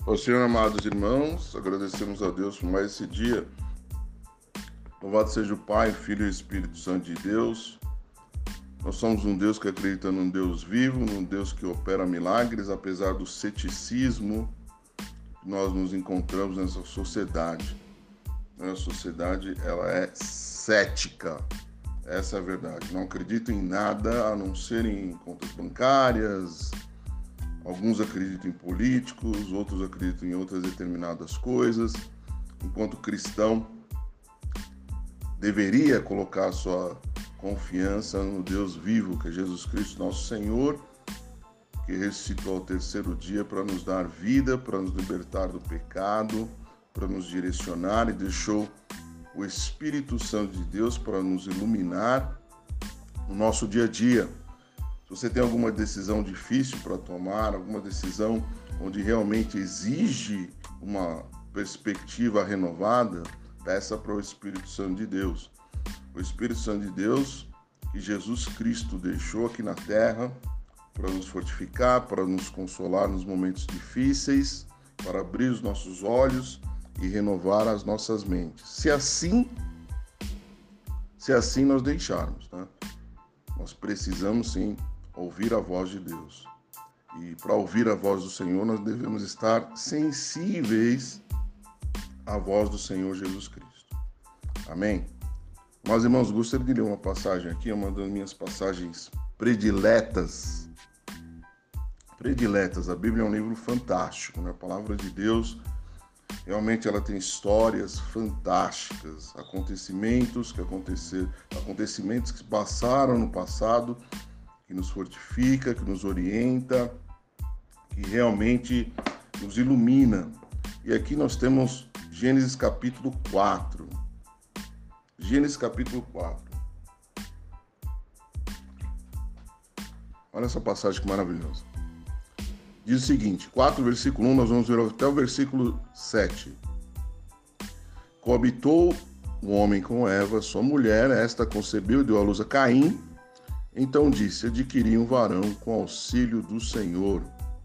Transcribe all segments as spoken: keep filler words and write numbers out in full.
Ó Senhor, amados irmãos, agradecemos a Deus por mais esse dia. Louvado seja o Pai, o Filho e o Espírito Santo de Deus. Nós somos um Deus que acredita num Deus vivo, num Deus que opera milagres, apesar do ceticismo que nós nos encontramos nessa sociedade. A sociedade, ela é cética. Essa é a verdade. Não acredita em nada a não ser em contas bancárias. Alguns acreditam em políticos, outros acreditam em outras determinadas coisas. Enquanto cristão, deveria colocar sua confiança no Deus vivo, que é Jesus Cristo, nosso Senhor, que ressuscitou ao terceiro dia para nos dar vida, para nos libertar do pecado, para nos direcionar, e deixou o Espírito Santo de Deus para nos iluminar no nosso dia a dia. Se você tem alguma decisão difícil para tomar, alguma decisão onde realmente exige uma perspectiva renovada, peça para o Espírito Santo de Deus. O Espírito Santo de Deus que Jesus Cristo deixou aqui na terra para nos fortificar, para nos consolar nos momentos difíceis, para abrir os nossos olhos e renovar as nossas mentes. Se assim, se assim nós deixarmos, né? Nós precisamos sim ouvir a voz de Deus. E para ouvir a voz do Senhor, nós devemos estar sensíveis à voz do Senhor Jesus Cristo. Amém? Mas, irmãos, gostaria de ler uma passagem aqui, uma das minhas passagens prediletas. Prediletas. A Bíblia é um livro fantástico, né? A palavra de Deus, realmente ela tem histórias fantásticas, acontecimentos que aconteceram, acontecimentos que passaram no passado, que nos fortifica, que nos orienta, que realmente nos ilumina. E aqui nós temos Gênesis capítulo quatro. Gênesis capítulo quatro. Olha essa passagem que maravilhosa. Diz o seguinte, quatro, versículo um, nós vamos ver até o versículo sete. Coabitou o homem com Eva, sua mulher, esta concebeu e deu à luz a Caim. Então disse, adquiri um varão com auxílio do Senhor.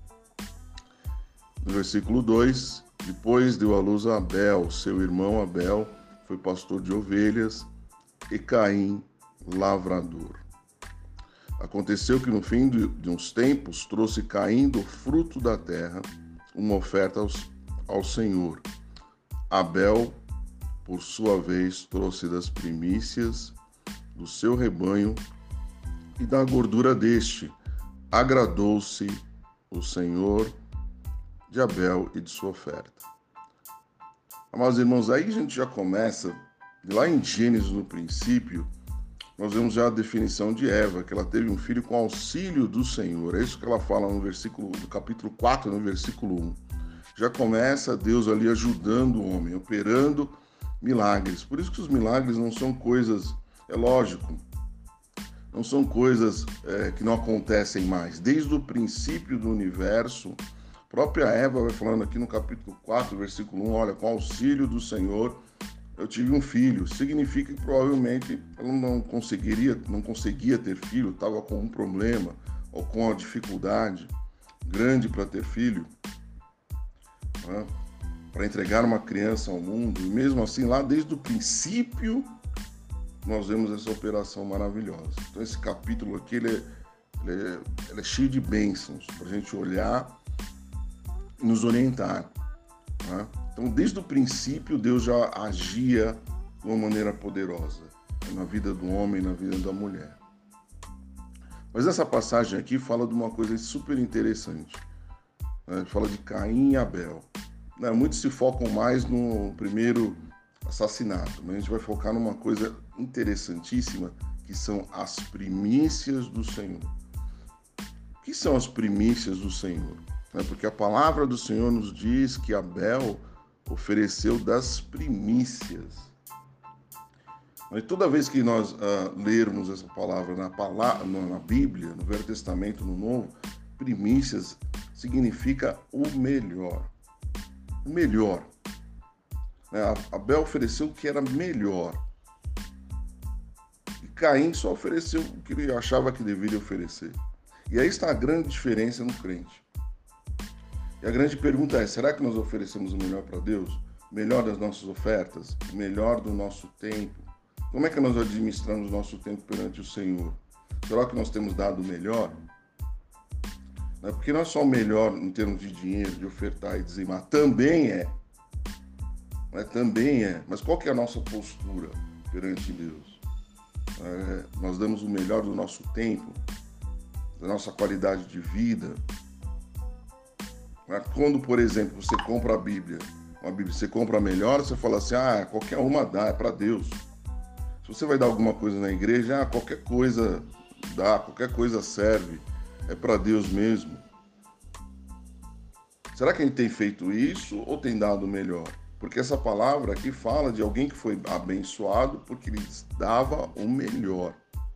No versículo dois, depois deu à luz a Abel, seu irmão Abel foi pastor de ovelhas, e Caim, lavrador. Aconteceu que no fim de, de uns tempos trouxe Caim do fruto da terra uma oferta aos, ao Senhor. Abel, por sua vez, trouxe das primícias do seu rebanho e da gordura deste. Agradou-se o Senhor de Abel e de sua oferta. Amados irmãos, aí a gente já começa, lá em Gênesis no princípio, nós vemos já a definição de Eva, que ela teve um filho com auxílio do Senhor. É isso que ela fala no versículo, no capítulo quatro, no versículo um. Já começa Deus ali ajudando o homem, operando milagres. Por isso que os milagres não são coisas, é lógico, não são coisas é, que não acontecem mais. Desde o princípio do universo, a própria Eva vai falando aqui no capítulo quatro, versículo um, olha, com auxílio do Senhor, eu tive um filho. Significa que provavelmente ela não conseguiria, não conseguia ter filho, estava com um problema ou com uma dificuldade grande para ter filho, né? Para entregar uma criança ao mundo. E mesmo assim, lá desde o princípio, nós vemos essa operação maravilhosa. Então esse capítulo aqui, ele é, ele é, ele é cheio de bênçãos para a gente olhar e nos orientar, né? Então desde o princípio Deus já agia de uma maneira poderosa, né? Na vida do homem, na vida da mulher. Mas essa passagem aqui fala de uma coisa super interessante, né? Fala de Caim e Abel, né? Muitos se focam mais no primeiro assassinato, mas a gente vai focar numa coisa interessantíssima, que são as primícias do Senhor. O que são as primícias do Senhor? Porque a palavra do Senhor nos diz que Abel ofereceu das primícias. Mas toda vez que nós uh, lermos essa palavra na, palavra na Bíblia, no Velho Testamento, no Novo, primícias significa o melhor. O melhor. Abel ofereceu o que era melhor. E Caim só ofereceu o que ele achava que deveria oferecer. E aí está a grande diferença no crente. E a grande pergunta é, será que nós oferecemos o melhor para Deus? O melhor das nossas ofertas? O melhor do nosso tempo? Como é que nós administramos o nosso tempo perante o Senhor? Será que nós temos dado o melhor? Não é porque não é só o melhor em termos de dinheiro, de ofertar e dizimar. Também é. Né? Também é. Mas qual que é a nossa postura perante Deus? É, nós damos o melhor do nosso tempo, da nossa qualidade de vida. Quando, por exemplo, você compra a Bíblia, uma Bíblia, você compra a melhor, você fala assim, ah, qualquer uma dá, é para Deus. Se você vai dar alguma coisa na igreja, ah, qualquer coisa dá, qualquer coisa serve, é para Deus mesmo. Será que a gente tem feito isso ou tem dado o melhor? Porque essa palavra aqui fala de alguém que foi abençoado porque ele dava o melhor.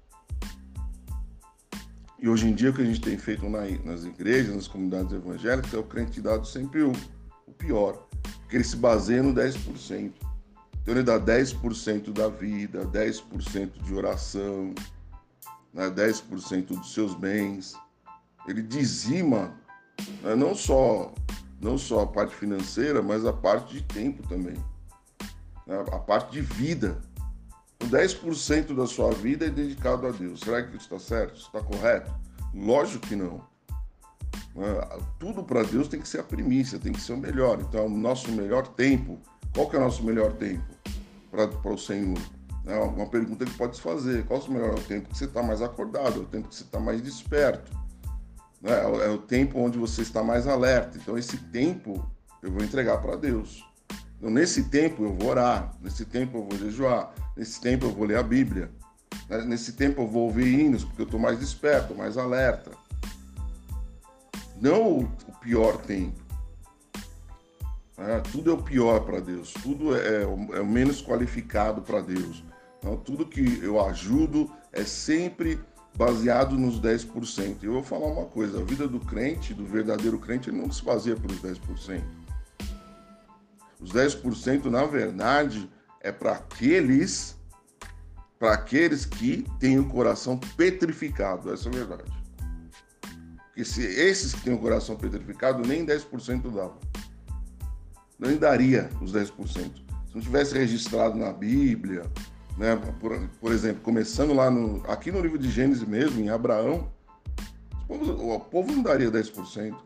E hoje em dia o que a gente tem feito na, nas igrejas, nas comunidades evangélicas, é o crente dado sempre o, o pior. Porque ele se baseia no dez por cento. Então ele dá dez por cento da vida, dez por cento de oração, né, dez por cento dos seus bens. Ele dizima, né, não só, não só a parte financeira, mas a parte de tempo também. Né, a parte de vida. O dez por cento da sua vida é dedicado a Deus. Será que isso está certo? Isso está correto? Lógico que não. Tudo para Deus tem que ser a primícia, tem que ser o melhor. Então, o nosso melhor tempo, qual que é o nosso melhor tempo para o Senhor? É uma pergunta que pode se fazer. Qual é o melhor tempo que você está mais acordado? É o tempo que você está mais desperto. É o tempo onde você está mais alerta. Então, esse tempo eu vou entregar para Deus. Então, nesse tempo eu vou orar, nesse tempo eu vou jejuar, nesse tempo eu vou ler a Bíblia, nesse tempo eu vou ouvir hinos, porque eu estou mais desperto, mais alerta. Não o pior tempo. É, tudo é o pior para Deus, tudo é, é o menos qualificado para Deus. Então, tudo que eu ajudo é sempre baseado nos dez por cento. E eu vou falar uma coisa, a vida do crente, do verdadeiro crente, ele não se baseia pelos dez por cento. Os dez por cento, na verdade, é para aqueles, para aqueles que têm o coração petrificado. Essa é a verdade. Porque se esses que têm o coração petrificado, nem dez por cento davam. Nem daria os dez por cento. Se não tivesse registrado na Bíblia, né, por, por exemplo, começando lá no, aqui no livro de Gênesis mesmo, em Abraão, o povo, o povo não daria dez por cento.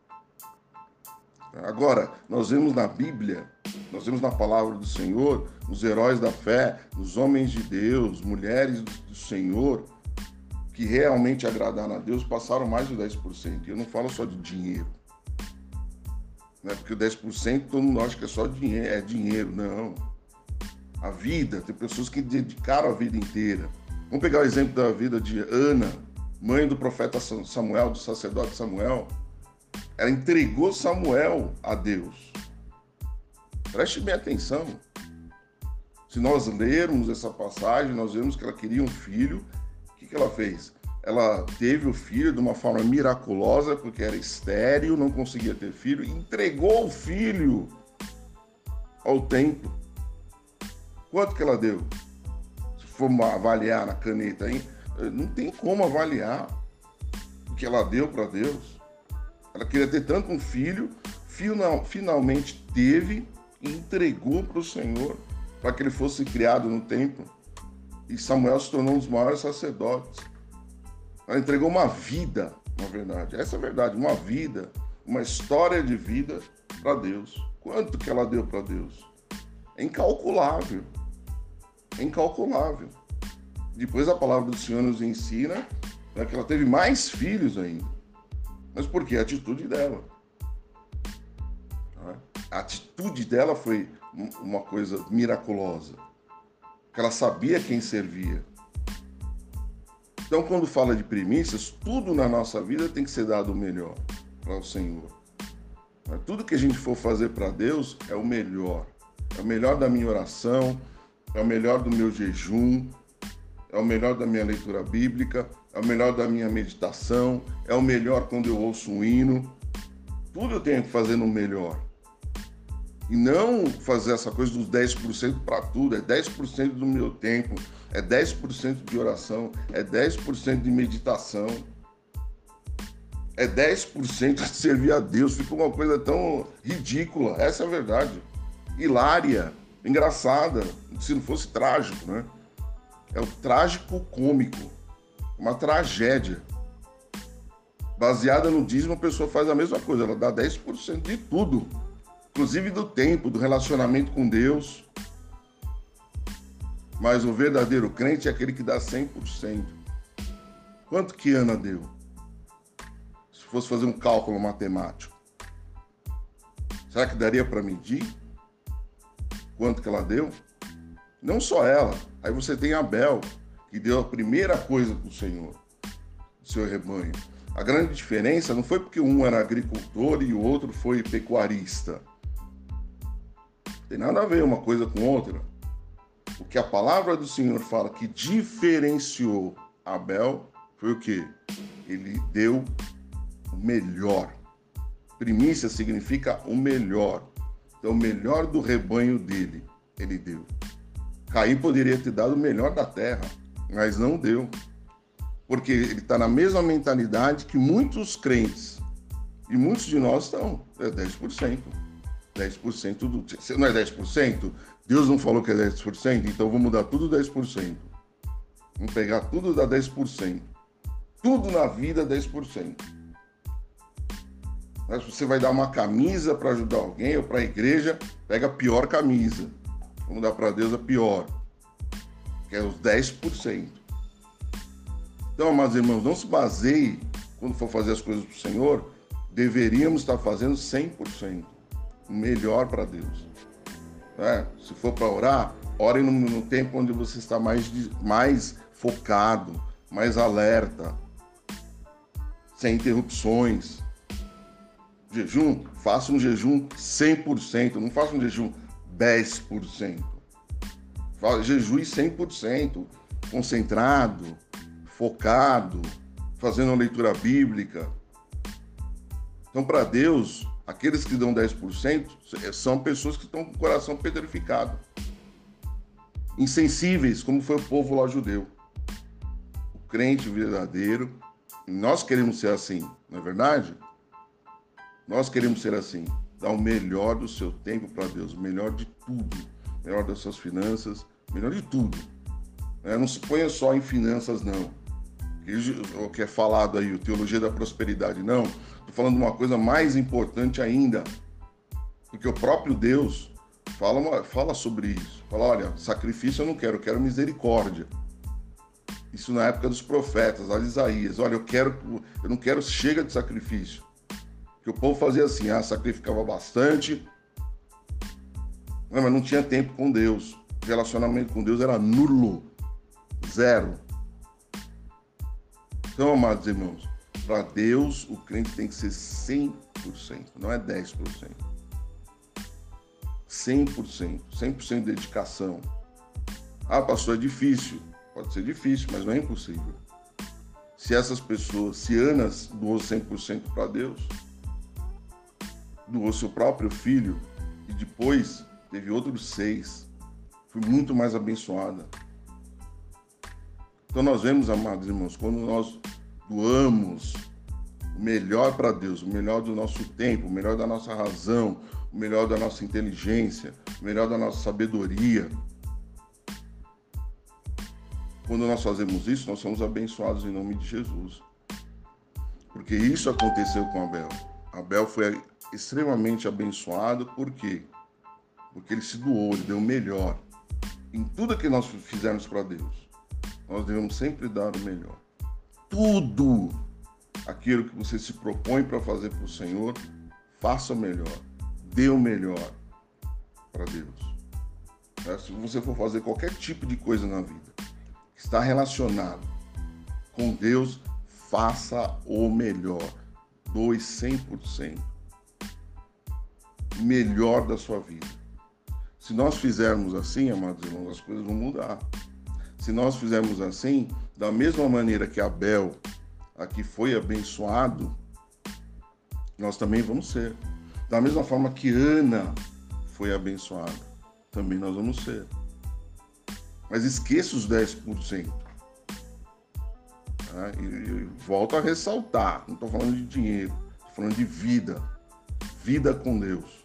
Agora, nós vemos na Bíblia, nós vemos na palavra do Senhor, nos heróis da fé, nos homens de Deus, mulheres do Senhor, que realmente agradaram a Deus, passaram mais de dez por cento. E eu não falo só de dinheiro. Né? Porque o dez por cento todo mundo acha que é só dinheiro, é dinheiro. Não. A vida, tem pessoas que dedicaram a vida inteira. Vamos pegar o exemplo da vida de Ana, mãe do profeta Samuel, do sacerdote Samuel. Ela entregou Samuel a Deus. Preste bem atenção. Se nós lermos essa passagem, nós vemos que ela queria um filho. O que, que ela fez? Ela teve o filho de uma forma miraculosa, porque era estéril, não conseguia ter filho, e entregou o filho ao templo. Quanto que ela deu? Se for avaliar na caneta aí, não tem como avaliar o que ela deu para Deus. Ela queria ter tanto um filho, final, finalmente teve e entregou para o Senhor, para que ele fosse criado no templo. E Samuel se tornou um dos maiores sacerdotes. Ela entregou uma vida, na verdade. Essa é a verdade, uma vida, uma história de vida para Deus. Quanto que ela deu para Deus? É incalculável. É incalculável. Depois a palavra do Senhor nos ensina, né, que ela teve mais filhos ainda. Mas por quê? A atitude dela. A atitude dela foi uma coisa miraculosa. Porque ela sabia quem servia. Então, quando fala de primícias, tudo na nossa vida tem que ser dado o melhor para o Senhor. Tudo que a gente for fazer para Deus é o melhor. É o melhor da minha oração, é o melhor do meu jejum, é o melhor da minha leitura bíblica, é o melhor da minha meditação, é o melhor quando eu ouço um hino. Tudo eu tenho que fazer no melhor. E não fazer essa coisa dos dez por cento para tudo. É dez por cento do meu tempo, é dez por cento de oração, é dez por cento de meditação. é dez por cento de servir a Deus. Fica uma coisa tão ridícula. Essa é a verdade. Hilária, engraçada, se não fosse trágico, né? É o trágico cômico, uma tragédia. Baseada no dízimo, a pessoa faz a mesma coisa, ela dá dez por cento de tudo, inclusive do tempo, do relacionamento com Deus. Mas o verdadeiro crente é aquele que dá cem por cento. Quanto que Ana deu? Se fosse fazer um cálculo matemático, será que daria para medir quanto que ela deu? Não só ela. Aí você tem Abel, que deu a primeira coisa para o Senhor, o seu rebanho. A grande diferença não foi porque um era agricultor e o outro foi pecuarista. Não tem nada a ver uma coisa com outra. O que a palavra do Senhor fala que diferenciou Abel foi o quê? Ele deu o melhor. Primícia significa o melhor. Então, o melhor do rebanho dele, ele deu. Caim poderia ter dado o melhor da terra, mas não deu. Porque ele está na mesma mentalidade que muitos crentes. E muitos de nós estão. É dez por cento. dez por cento do... Se não é dez por cento, Deus não falou que é dez por cento, então vamos mudar tudo dez por cento. Vamos pegar tudo da dez por cento. Tudo na vida dez por cento. Mas se você vai dar uma camisa para ajudar alguém ou para a igreja, pega a pior camisa. Vamos dar para Deus a pior, que é os dez por cento. Então, amados irmãos, não se baseie, quando for fazer as coisas para o Senhor, deveríamos estar fazendo cem por cento. O melhor para Deus. É, se for para orar, ore no, no tempo onde você está mais, mais focado, mais alerta, sem interrupções. Jejum, faça um jejum cem por cento, não faça um jejum dez por cento. Jejue cem por cento, concentrado, focado, fazendo uma leitura bíblica. Então, para Deus, aqueles que dão dez por cento são pessoas que estão com o coração petrificado, insensíveis, como foi o povo lá judeu. O crente verdadeiro, nós queremos ser assim, não é verdade? Nós queremos ser assim, dar o melhor do seu tempo para Deus, o melhor de tudo, o melhor das suas finanças, o melhor de tudo. Não se ponha só em finanças, não. O que é falado aí, a teologia da prosperidade, não. Estou falando de uma coisa mais importante ainda, porque o próprio Deus fala, fala sobre isso. Fala, olha, sacrifício eu não quero, eu quero misericórdia. Isso na época dos profetas, lá de Isaías. Olha, eu quero, eu não quero, chega de sacrifício. Porque o povo fazia assim, ah, sacrificava bastante, mas não tinha tempo com Deus. O relacionamento com Deus era nulo, zero. Então, amados irmãos, para Deus o crente tem que ser cem por cento, não é dez por cento. cem por cento, cem por cento de dedicação. Ah, pastor, é difícil. Pode ser difícil, mas não é impossível. Se essas pessoas, se Ana doou cem por cento para Deus, doou seu próprio filho e depois teve outros seis, foi muito mais abençoada. Então nós vemos, amados irmãos, quando nós doamos o melhor para Deus, o melhor do nosso tempo, o melhor da nossa razão, o melhor da nossa inteligência, o melhor da nossa sabedoria. Quando nós fazemos isso, nós somos abençoados em nome de Jesus. Porque isso aconteceu com Abel. Abel foi extremamente abençoado, por quê? Porque ele se doou, ele deu o melhor. Em tudo que nós fizermos para Deus, nós devemos sempre dar o melhor. Tudo aquilo que você se propõe para fazer para o Senhor, faça o melhor. Dê o melhor para Deus. Se você for fazer qualquer tipo de coisa na vida que está relacionado com Deus, faça o melhor. Doe cem por cento. Melhor da sua vida. Se nós fizermos assim, amados irmãos, as coisas vão mudar. Se nós fizermos assim, da mesma maneira que Abel aqui foi abençoado, nós também vamos ser. Da mesma forma que Ana foi abençoada, também nós vamos ser. Mas esqueça os dez por cento. Né? E, e volto a ressaltar, não estou falando de dinheiro, estou falando de vida, vida com Deus.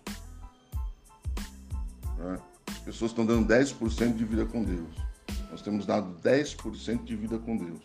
Né? As pessoas estão dando dez por cento de vida com Deus. Nós temos dado dez por cento de vida com Deus.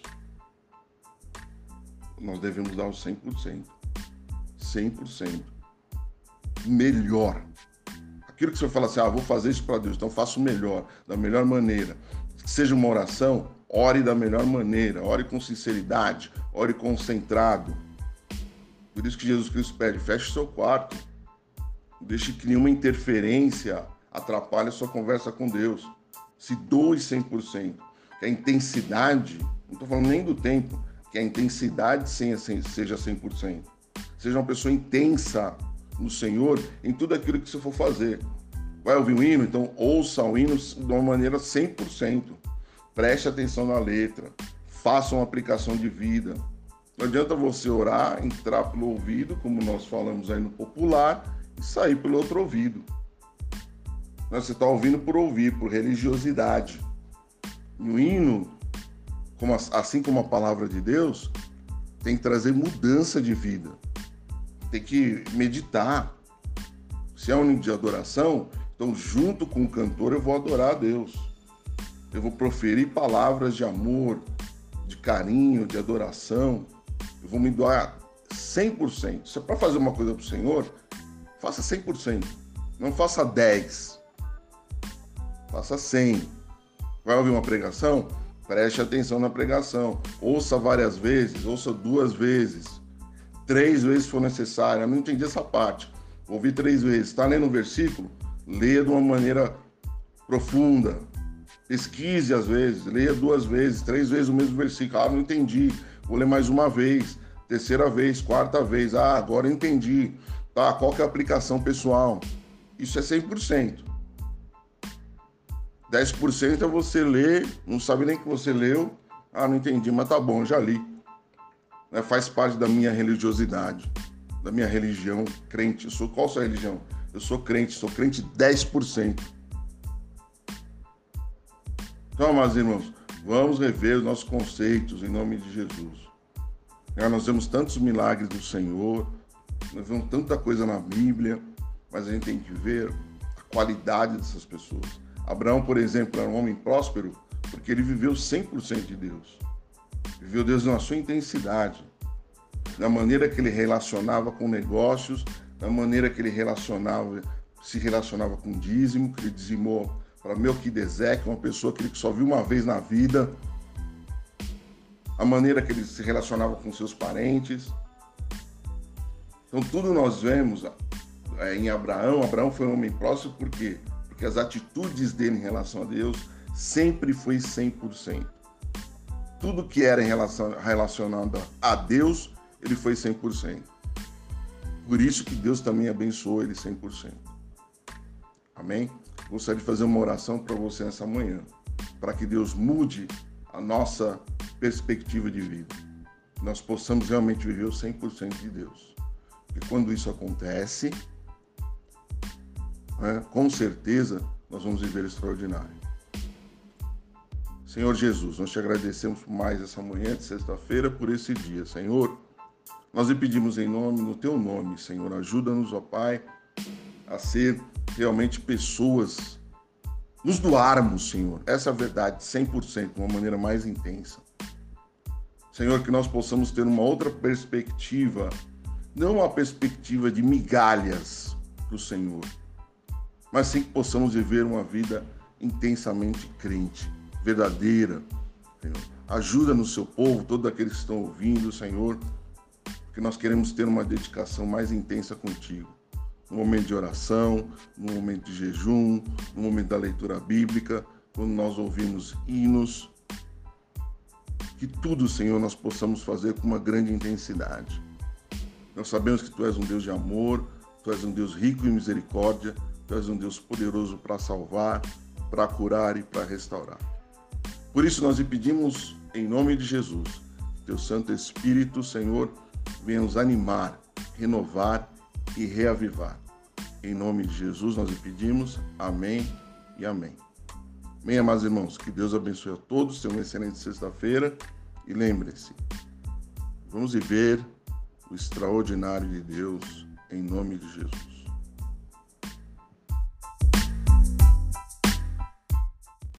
Nós devemos dar os cem por cento. cem por cento. Melhor. Aquilo que você fala assim, ah, vou fazer isso para Deus, então faço melhor, da melhor maneira. Que seja uma oração, ore da melhor maneira, ore com sinceridade, ore concentrado. Por isso que Jesus Cristo pede, feche seu quarto. Não deixe que nenhuma interferência atrapalhe a sua conversa com Deus. Se doe cem por cento. Que a intensidade, não estou falando nem do tempo, que a intensidade seja cem por cento. Seja uma pessoa intensa no Senhor em tudo aquilo que você for fazer. Vai ouvir um hino? Então ouça o hino de uma maneira cem por cento. Preste atenção na letra. Faça uma aplicação de vida. Não adianta você orar, entrar pelo ouvido, como nós falamos aí no popular, e sair pelo outro ouvido. Você está ouvindo por ouvir, por religiosidade. E o hino, como, assim como a palavra de Deus, tem que trazer mudança de vida. Tem que meditar. Se é um hino de adoração, então junto com o cantor eu vou adorar a Deus. Eu vou proferir palavras de amor, de carinho, de adoração. Eu vou me doar cem por cento. Se é para fazer uma coisa para o Senhor, faça cem por cento. Não faça dez por cento. Faça cem por cento. Vai ouvir uma pregação? Preste atenção na pregação. Ouça várias vezes, ouça duas vezes. Três vezes se for necessário. Eu não entendi essa parte. Vou ouvir três vezes. Está lendo um versículo? Leia de uma maneira profunda. Pesquise às vezes. Leia duas vezes, três vezes o mesmo versículo. Ah, não entendi. Vou ler mais uma vez. Terceira vez, quarta vez. Ah, agora eu entendi. Tá, qual que é a aplicação pessoal? Isso é cem por cento. dez por cento é você ler, não sabe nem que você leu. Ah, não entendi, mas tá bom, já li. Né? Faz parte da minha religiosidade, da minha religião, crente. Eu sou, qual a sua religião? Eu sou crente, sou crente dez por cento. Então, amados irmãos, vamos rever os nossos conceitos em nome de Jesus. Nós vemos tantos milagres do Senhor, nós vemos tanta coisa na Bíblia, mas a gente tem que ver a qualidade dessas pessoas. Abraão, por exemplo, era um homem próspero porque ele viveu cem por cento de Deus. Viveu Deus na sua intensidade, na maneira que ele relacionava com negócios, na maneira que ele relacionava, se relacionava com dízimo, que ele dizimou para Melquisedeque, uma pessoa que ele só viu uma vez na vida, a maneira que ele se relacionava com seus parentes. Então tudo nós vemos em Abraão. Abraão foi um homem próspero por quê? Porque as atitudes dele em relação a Deus sempre foi cem por cento. Tudo que era em relação, relacionado a Deus, ele foi cem por cento. Por isso que Deus também abençoou ele cem por cento. Amém? Gostaria de fazer uma oração para você nessa manhã, para que Deus mude a nossa perspectiva de vida. Nós possamos realmente viver o cem por cento de Deus. Porque quando isso acontece, né, com certeza nós vamos viver extraordinário. Senhor Jesus, nós te agradecemos mais essa manhã de sexta-feira por esse dia. Senhor, nós lhe pedimos em nome, no teu nome, Senhor, ajuda-nos, ó Pai, a ser realmente pessoas, nos doarmos, Senhor, essa é a verdade, cem por cento, de uma maneira mais intensa. Senhor, que nós possamos ter uma outra perspectiva, não uma perspectiva de migalhas para o Senhor, mas sim que possamos viver uma vida intensamente crente, verdadeira, Senhor. Ajuda no seu povo, todos aqueles que estão ouvindo, Senhor, porque nós queremos ter uma dedicação mais intensa contigo. No momento de oração, no momento de jejum, no momento da leitura bíblica, quando nós ouvimos hinos, que tudo, Senhor, nós possamos fazer com uma grande intensidade. Nós sabemos que Tu és um Deus de amor, Tu és um Deus rico em misericórdia, Tu és um Deus poderoso para salvar, para curar e para restaurar. Por isso nós lhe pedimos, em nome de Jesus, que Teu Santo Espírito, Senhor, venha nos animar, renovar e reavivar. Em nome de Jesus nós lhe pedimos, amém e amém. Amém, amados irmãos, que Deus abençoe a todos, tenham uma excelente sexta-feira e lembre-se, Vamos viver o extraordinário de Deus em nome de Jesus.